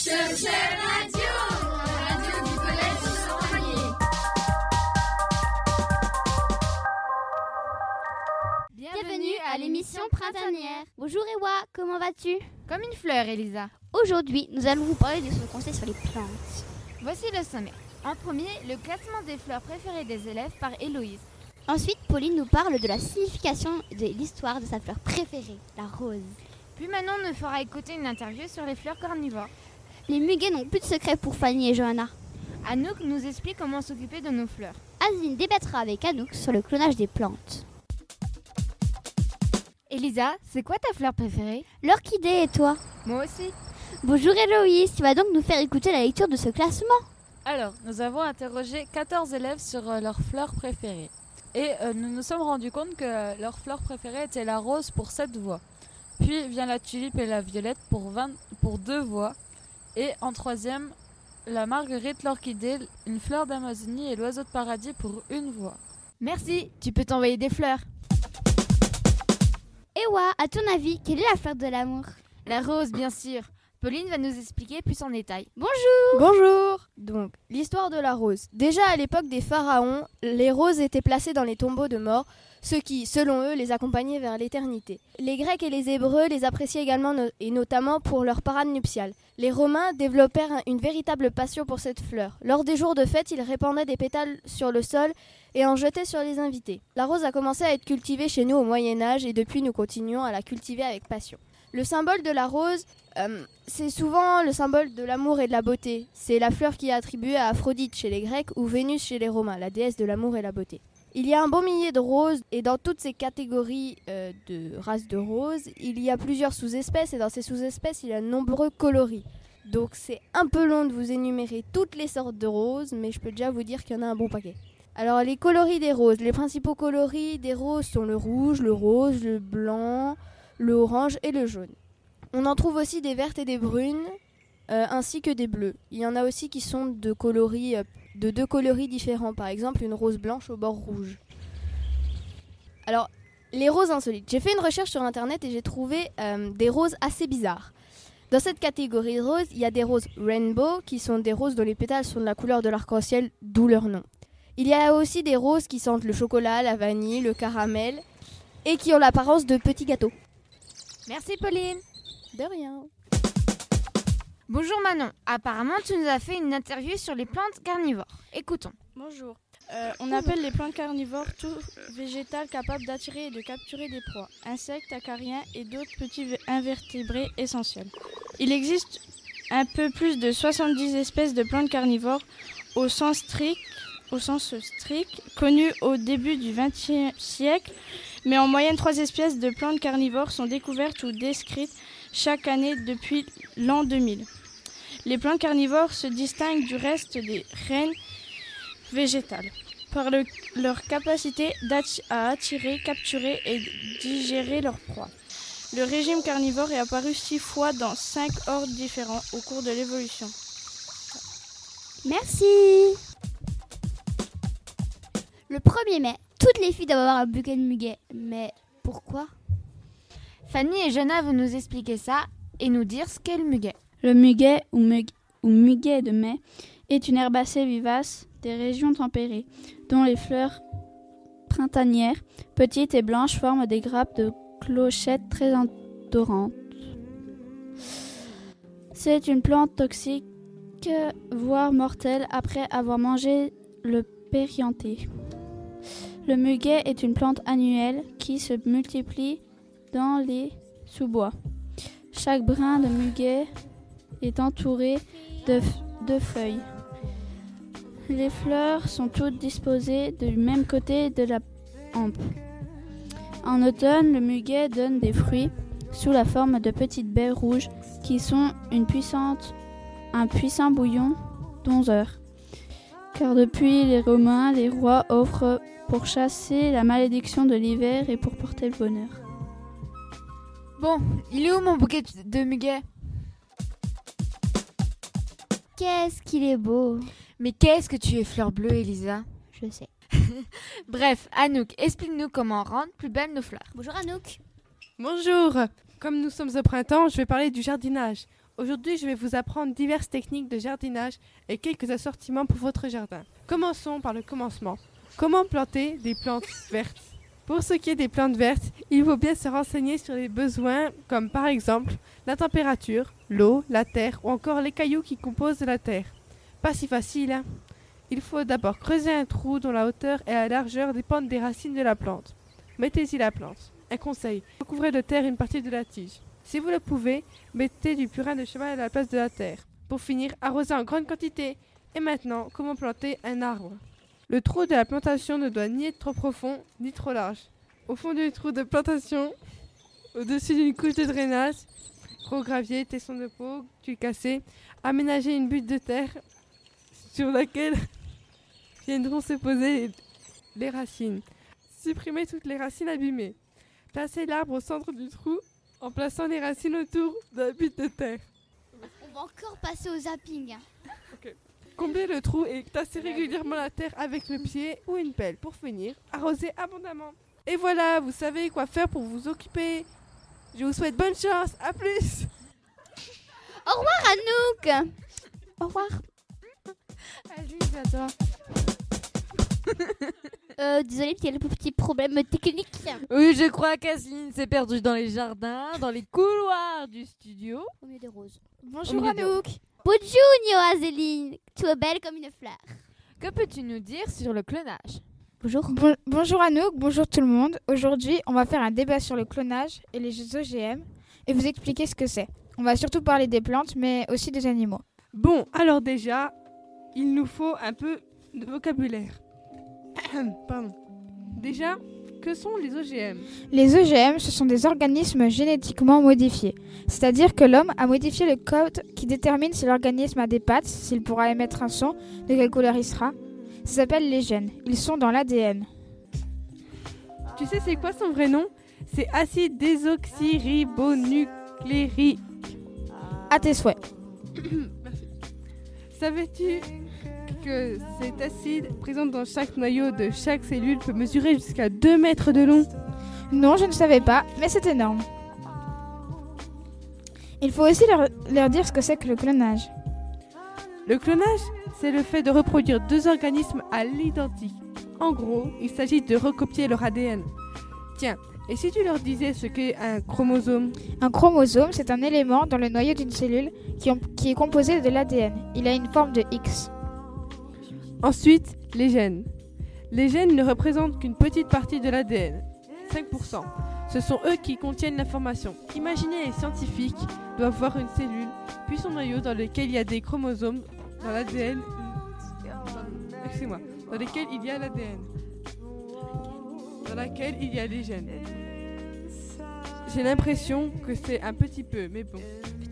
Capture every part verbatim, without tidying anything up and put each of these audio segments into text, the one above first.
Cherchez Radio, la radio du collège Saint-Vallier. Bienvenue à l'émission printanière. Bonjour Ewa, comment vas-tu? Comme une fleur, Elisa. Aujourd'hui, nous allons vous parler de ce conseil sur les plantes. Voici le sommaire. En premier, le classement des fleurs préférées des élèves par Héloïse. Ensuite, Pauline nous parle de la signification de l'histoire de sa fleur préférée, la rose. Puis Manon nous fera écouter une interview sur les fleurs carnivores. Les muguets n'ont plus de secret pour Fanny et Johanna. Anouk nous explique comment s'occuper de nos fleurs. Azine débattra avec Anouk sur le clonage des plantes. Elisa, c'est quoi ta fleur préférée? L'orchidée et toi? Moi aussi. Bonjour Héloïse, tu vas donc nous faire écouter la lecture de ce classement. Alors, nous avons interrogé quatorze élèves sur euh, leurs fleurs préférées. Et euh, nous nous sommes rendus compte que euh, leur fleur préférée était la rose pour sept voix. Puis vient la tulipe et la violette pour, vingt, pour deux voix. Et en troisième, la marguerite, l'orchidée, une fleur d'Amazonie et l'oiseau de paradis pour une voix. Merci, tu peux t'envoyer des fleurs. Ewa, à ton avis, quelle est la fleur de l'amour? La rose, bien sûr. Pauline va nous expliquer plus en détail. Bonjour. Bonjour. Donc, l'histoire de la rose. Déjà à l'époque des pharaons, les roses étaient placées dans les tombeaux de mort, ce qui, selon eux, les accompagnait vers l'éternité. Les Grecs et les Hébreux les appréciaient également no- et notamment pour leur parade nuptiale. Les Romains développèrent un- une véritable passion pour cette fleur. Lors des jours de fête, ils répandaient des pétales sur le sol et en jetaient sur les invités. La rose a commencé à être cultivée chez nous au Moyen-Âge et depuis nous continuons à la cultiver avec passion. Le symbole de la rose, euh, c'est souvent le symbole de l'amour et de la beauté. C'est la fleur qui est attribuée à Aphrodite chez les Grecs ou Vénus chez les Romains, la déesse de l'amour et la beauté. Il y a un bon millier de roses et dans toutes ces catégories euh, de races de roses, il y a plusieurs sous-espèces et dans ces sous-espèces, il y a de nombreux coloris. Donc c'est un peu long de vous énumérer toutes les sortes de roses, mais je peux déjà vous dire qu'il y en a un bon paquet. Alors les coloris des roses, les principaux coloris des roses sont le rouge, le rose, le blanc, le orange et le jaune. On en trouve aussi des vertes et des brunes, euh, ainsi que des bleus. Il y en a aussi qui sont de coloris, euh, de deux coloris différents, par exemple une rose blanche au bord rouge. Alors, les roses insolites. J'ai fait une recherche sur internet et j'ai trouvé euh, des roses assez bizarres. Dans cette catégorie de roses, il y a des roses rainbow, qui sont des roses dont les pétales sont de la couleur de l'arc-en-ciel, d'où leur nom. Il y a aussi des roses qui sentent le chocolat, la vanille, le caramel, et qui ont l'apparence de petits gâteaux. Merci Pauline. De rien. Bonjour Manon. Apparemment, tu nous as fait une interview sur les plantes carnivores. Écoutons. Bonjour. Euh, on appelle les plantes carnivores tout végétal capable d'attirer et de capturer des proies, insectes, acariens et d'autres petits vé- invertébrés essentiels. Il existe un peu plus de soixante-dix espèces de plantes carnivores au sens strict, au sens strict connues au début du vingtième siècle, mais en moyenne trois espèces de plantes carnivores sont découvertes ou décrites chaque année depuis l'an deux mille. Les plantes carnivores se distinguent du reste des reines végétales par le- leur capacité d'atti- à attirer, capturer et digérer leurs proies. Le régime carnivore est apparu six fois dans cinq ordres différents au cours de l'évolution. Merci. Le premier mai, toutes les filles doivent avoir un bouquet de muguet. Mais pourquoi? Fanny et Johanna vont nous expliquer ça et nous dire ce qu'est le muguet. Le muguet ou, mug- ou muguet de mai est une herbacée vivace des régions tempérées, dont les fleurs printanières, petites et blanches, forment des grappes de clochettes très odorantes. C'est une plante toxique, voire mortelle, après avoir mangé le périanthé. Le muguet est une plante annuelle qui se multiplie dans les sous-bois. Chaque brin de muguet est entouré de, f- de feuilles. Les fleurs sont toutes disposées du même côté de la hampe. En automne, le muguet donne des fruits sous la forme de petites baies rouges qui sont une puissante, un puissant bouillon d'onze-heures. Car depuis les Romains, les rois offrent pour chasser la malédiction de l'hiver et pour porter le bonheur. Bon, il est où mon bouquet de muguet? Qu'est-ce qu'il est beau. Mais qu'est-ce que tu es fleur bleue, Elisa? Je sais. Bref, Anouk, explique-nous comment rendre plus belles nos fleurs. Bonjour Anouk. Bonjour. Comme nous sommes au printemps, je vais parler du jardinage. Aujourd'hui, je vais vous apprendre diverses techniques de jardinage et quelques assortiments pour votre jardin. Commençons par le commencement. Comment planter des plantes vertes ? Pour ce qui est des plantes vertes, il faut bien se renseigner sur les besoins comme par exemple la température, l'eau, la terre ou encore les cailloux qui composent la terre. Pas si facile, hein ? Il faut d'abord creuser un trou dont la hauteur et la largeur dépendent des racines de la plante. Mettez-y la plante. Un conseil, recouvrez de terre une partie de la tige. Si vous le pouvez, mettez du purin de cheval à la place de la terre. Pour finir, arrosez en grande quantité. Et maintenant, comment planter un arbre ? Le trou de la plantation ne doit ni être trop profond, ni trop large. Au fond du trou de plantation, au-dessus d'une couche de drainage, gros gravier, tesson de peau, tuile cassée, aménagez une butte de terre sur laquelle viendront se poser les, les racines. Supprimez toutes les racines abîmées. Placez l'arbre au centre du trou en plaçant les racines autour de la butte de terre. On va encore passer au zapping. Okay. Comblez le trou et tassez régulièrement la terre avec le pied ou une pelle. Pour finir, arrosez abondamment. Et voilà, vous savez quoi faire pour vous occuper. Je vous souhaite bonne chance. À plus. Au revoir Anouk. Au revoir. Vas-y, c'est à toi. Euh, désolée, il y a le petit problème technique. Oui, je crois qu'Asline s'est perdue dans les jardins, dans les couloirs du studio. Au milieu des roses. Bonjour milieu des Anouk. Bonjour Azéline. Tu es belle comme une fleur. Que peux-tu nous dire sur le clonage ? Bonjour. Bon- bonjour Anouk, bonjour tout le monde. Aujourd'hui, on va faire un débat sur le clonage et les O G M et vous expliquer ce que c'est. On va surtout parler des plantes, mais aussi des animaux. Bon, alors déjà, il nous faut un peu de vocabulaire. Pardon. Déjà, que sont les O G M ? Les O G M, ce sont des organismes génétiquement modifiés. C'est-à-dire que l'homme a modifié le code qui détermine si l'organisme a des pattes, s'il pourra émettre un son, de quelle couleur il sera. Ça s'appelle les gènes. Ils sont dans l'A D N. Tu sais c'est quoi son vrai nom ? C'est acide désoxyribonucléique. À tes souhaits. Merci. Savais-tu que cet acide présent dans chaque noyau de chaque cellule peut mesurer jusqu'à deux mètres de long ? Non, je ne savais pas, mais c'est énorme. Il faut aussi leur, leur dire ce que c'est que le clonage. Le clonage, c'est le fait de reproduire deux organismes à l'identique. En gros, il s'agit de recopier leur A D N. Tiens, et si tu leur disais ce qu'est un chromosome ? Un chromosome, c'est un élément dans le noyau d'une cellule qui, ont- qui est composé de l'A D N. Il a une forme de X. Ensuite, les gènes. Les gènes ne représentent qu'une petite partie de l'A D N, cinq pour cent. Ce sont eux qui contiennent l'information. Imaginez les scientifiques doivent voir une cellule, puis son noyau dans lequel il y a des chromosomes dans l'A D N. Excusez-moi, dans lesquels il y a l'A D N. Dans laquelle il y a les gènes. J'ai l'impression que c'est un petit peu, mais bon.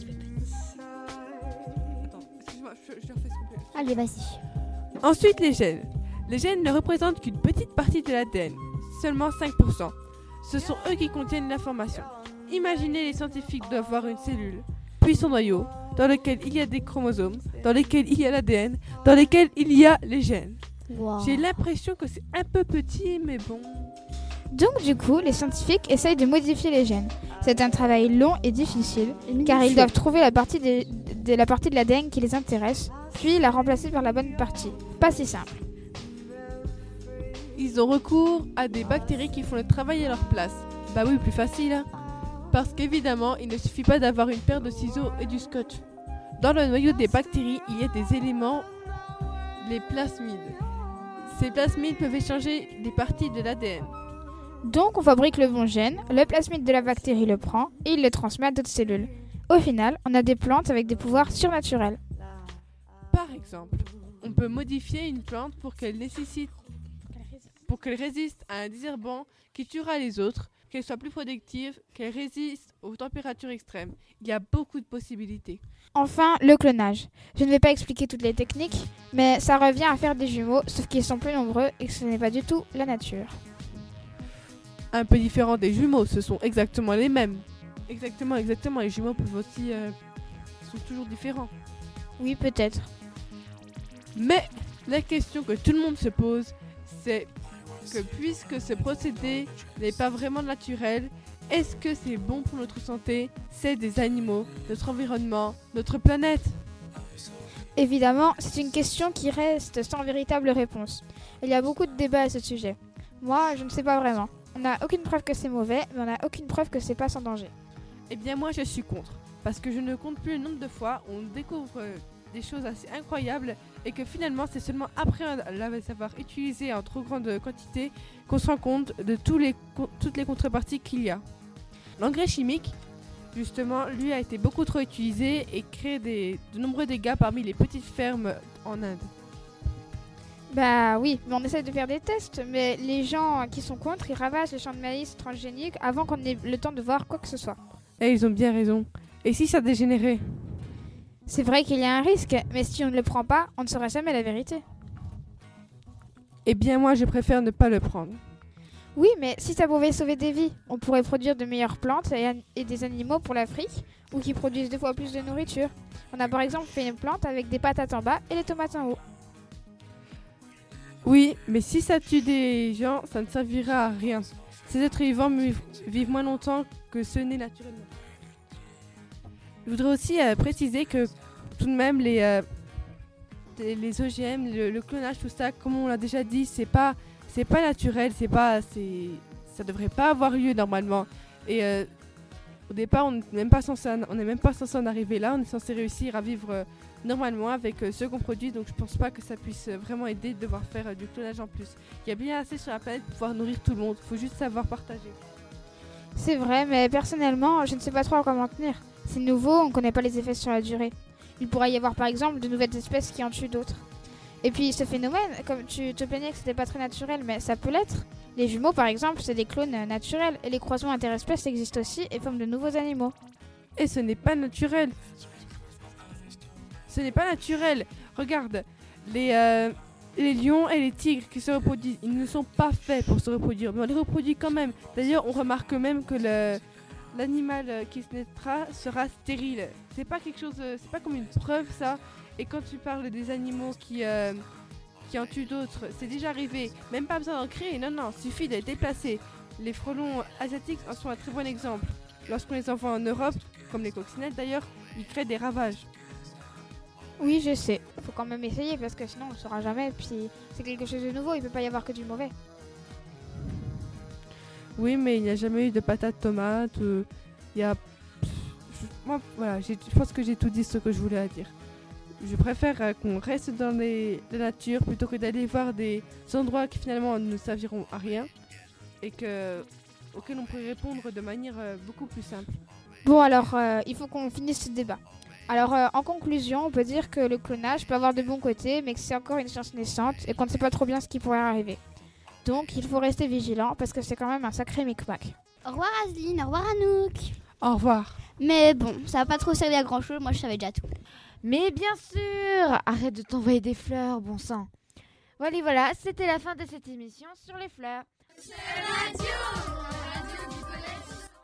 Attends, excuse-moi, je, je refais ce complet. Allez, vas-y. Ensuite, les gènes. Les gènes ne représentent qu'une petite partie de l'A D N, seulement cinq pour cent. Ce sont eux qui contiennent l'information. Imaginez les scientifiques doivent voir une cellule, puis son noyau, dans lequel il y a des chromosomes, dans lesquels il y a l'A D N, dans lesquels il y a les gènes. Wow. J'ai l'impression que c'est un peu petit, mais bon. Donc du coup, les scientifiques essayent de modifier les gènes. C'est un travail long et difficile, car ils doivent trouver la partie de, de, la partie de l'A D N qui les intéresse, puis la remplacer par la bonne partie. Pas si simple. Ils ont recours à des bactéries qui font le travail à leur place. Bah oui, plus facile, hein. Parce qu'évidemment, il ne suffit pas d'avoir une paire de ciseaux et du scotch. Dans le noyau des bactéries, il y a des éléments, les plasmides. Ces plasmides peuvent échanger des parties de l'A D N. Donc on fabrique le bon gène, le plasmide de la bactérie le prend et il le transmet à d'autres cellules. Au final, on a des plantes avec des pouvoirs surnaturels. Par exemple, on peut modifier une plante pour qu'elle nécessite, pour qu'elle résiste à un désherbant qui tuera les autres, qu'elle soit plus productive, qu'elle résiste aux températures extrêmes. Il y a beaucoup de possibilités. Enfin, le clonage. Je ne vais pas expliquer toutes les techniques, mais ça revient à faire des jumeaux, sauf qu'ils sont plus nombreux et que ce n'est pas du tout la nature. Un peu différent des jumeaux, ce sont exactement les mêmes. Exactement, exactement. Les jumeaux peuvent aussi, euh, sont toujours différents. Oui, peut-être. Mais la question que tout le monde se pose, c'est que puisque ce procédé n'est pas vraiment naturel, Est-ce que c'est bon pour notre santé? C'est des animaux, notre environnement, notre planète. Évidemment, c'est une question qui reste sans véritable réponse. Il y a beaucoup de débats à ce sujet. Moi, je ne sais pas vraiment. On n'a aucune preuve que c'est mauvais, mais on n'a aucune preuve que c'est pas sans danger. Eh bien moi je suis contre, parce que je ne compte plus le nombre de fois où on découvre euh, des choses assez incroyables et que finalement c'est seulement après les avoir utilisées en trop grande quantité qu'on se rend compte de tous les, toutes les contreparties qu'il y a. L'engrais chimique, justement, lui a été beaucoup trop utilisé et crée des, de nombreux dégâts parmi les petites fermes en Inde. Bah oui, mais on essaie de faire des tests, mais les gens qui sont contre, ils ravagent les champs de maïs transgéniques avant qu'on ait le temps de voir quoi que ce soit. Et ils ont bien raison. Et si ça dégénérait? C'est vrai qu'il y a un risque, mais si on ne le prend pas, on ne saura jamais la vérité. Eh bien moi je préfère ne pas le prendre. Oui, mais si ça pouvait sauver des vies, on pourrait produire de meilleures plantes et, an- et des animaux pour l'Afrique, ou qui produisent deux fois plus de nourriture. On a par exemple fait une plante avec des patates en bas et les tomates en haut. Oui, mais si ça tue des gens, ça ne servira à rien. Ces êtres vivants vivent, vivent moins longtemps que ceux nés naturellement. Je voudrais aussi euh, préciser que tout de même les, euh, les O G M, le, le clonage, tout ça, comme on l'a déjà dit, c'est pas, c'est pas naturel, c'est pas, c'est, ça devrait pas avoir lieu normalement. Et euh, au départ, on n'est même pas censé, on n'est même pas censé en arriver là. On est censé réussir à vivre euh, normalement avec euh, ce qu'on produit. Donc je pense pas que ça puisse euh, vraiment aider de devoir faire euh, du clonage en plus. Il y a bien assez sur la planète pour pouvoir nourrir tout le monde. Il faut juste savoir partager. C'est vrai, mais personnellement, je ne sais pas trop à quoi m'en tenir. C'est nouveau, on ne connaît pas les effets sur la durée. Il pourrait y avoir par exemple de nouvelles espèces qui en tuent d'autres. Et puis ce phénomène, comme tu te plaignais que c'était pas très naturel, mais ça peut l'être. Les jumeaux par exemple, c'est des clones euh, naturels, et les croisements interespèces existent aussi et forment de nouveaux animaux. Et ce n'est pas naturel. Ce n'est pas naturel. Regarde, les, euh, les lions et les tigres qui se reproduisent, ils ne sont pas faits pour se reproduire, mais on les reproduit quand même. D'ailleurs, on remarque même que le, l'animal euh, qui se naîtra sera stérile. C'est pas quelque chose, euh, c'est pas comme une preuve ça. Et quand tu parles des animaux qui, euh, qui en tuent d'autres, c'est déjà arrivé. Même pas besoin d'en créer, non, non, suffit d'être déplacé. Les frelons asiatiques en sont un très bon exemple. Lorsqu'on les envoie en Europe, comme les coccinettes d'ailleurs, ils créent des ravages. Oui, je sais. Faut quand même essayer parce que sinon on ne saura jamais. Puis c'est quelque chose de nouveau, il peut pas y avoir que du mauvais. Oui, mais il n'y a jamais eu de patates tomates. euh, Il y a... Je, moi, voilà, j'ai- je pense que j'ai tout dit ce que je voulais à dire. Je préfère euh, qu'on reste dans les, la nature plutôt que d'aller voir des endroits qui finalement ne serviront à rien et que, auxquels on pourrait répondre de manière euh, beaucoup plus simple. Bon alors, euh, il faut qu'on finisse ce débat. Alors euh, en conclusion, on peut dire que le clonage peut avoir de bons côtés, mais que c'est encore une science naissante et qu'on ne sait pas trop bien ce qui pourrait arriver. Donc il faut rester vigilant parce que c'est quand même un sacré micmac. Au revoir Azeline, au revoir Anouk. Au revoir. Mais bon, ça va pas trop servir à grand chose, moi je savais déjà tout. Mais bien sûr, arrête de t'envoyer des fleurs, bon sang. Voilà, voilà, c'était la fin de cette émission sur les fleurs. C'est radio.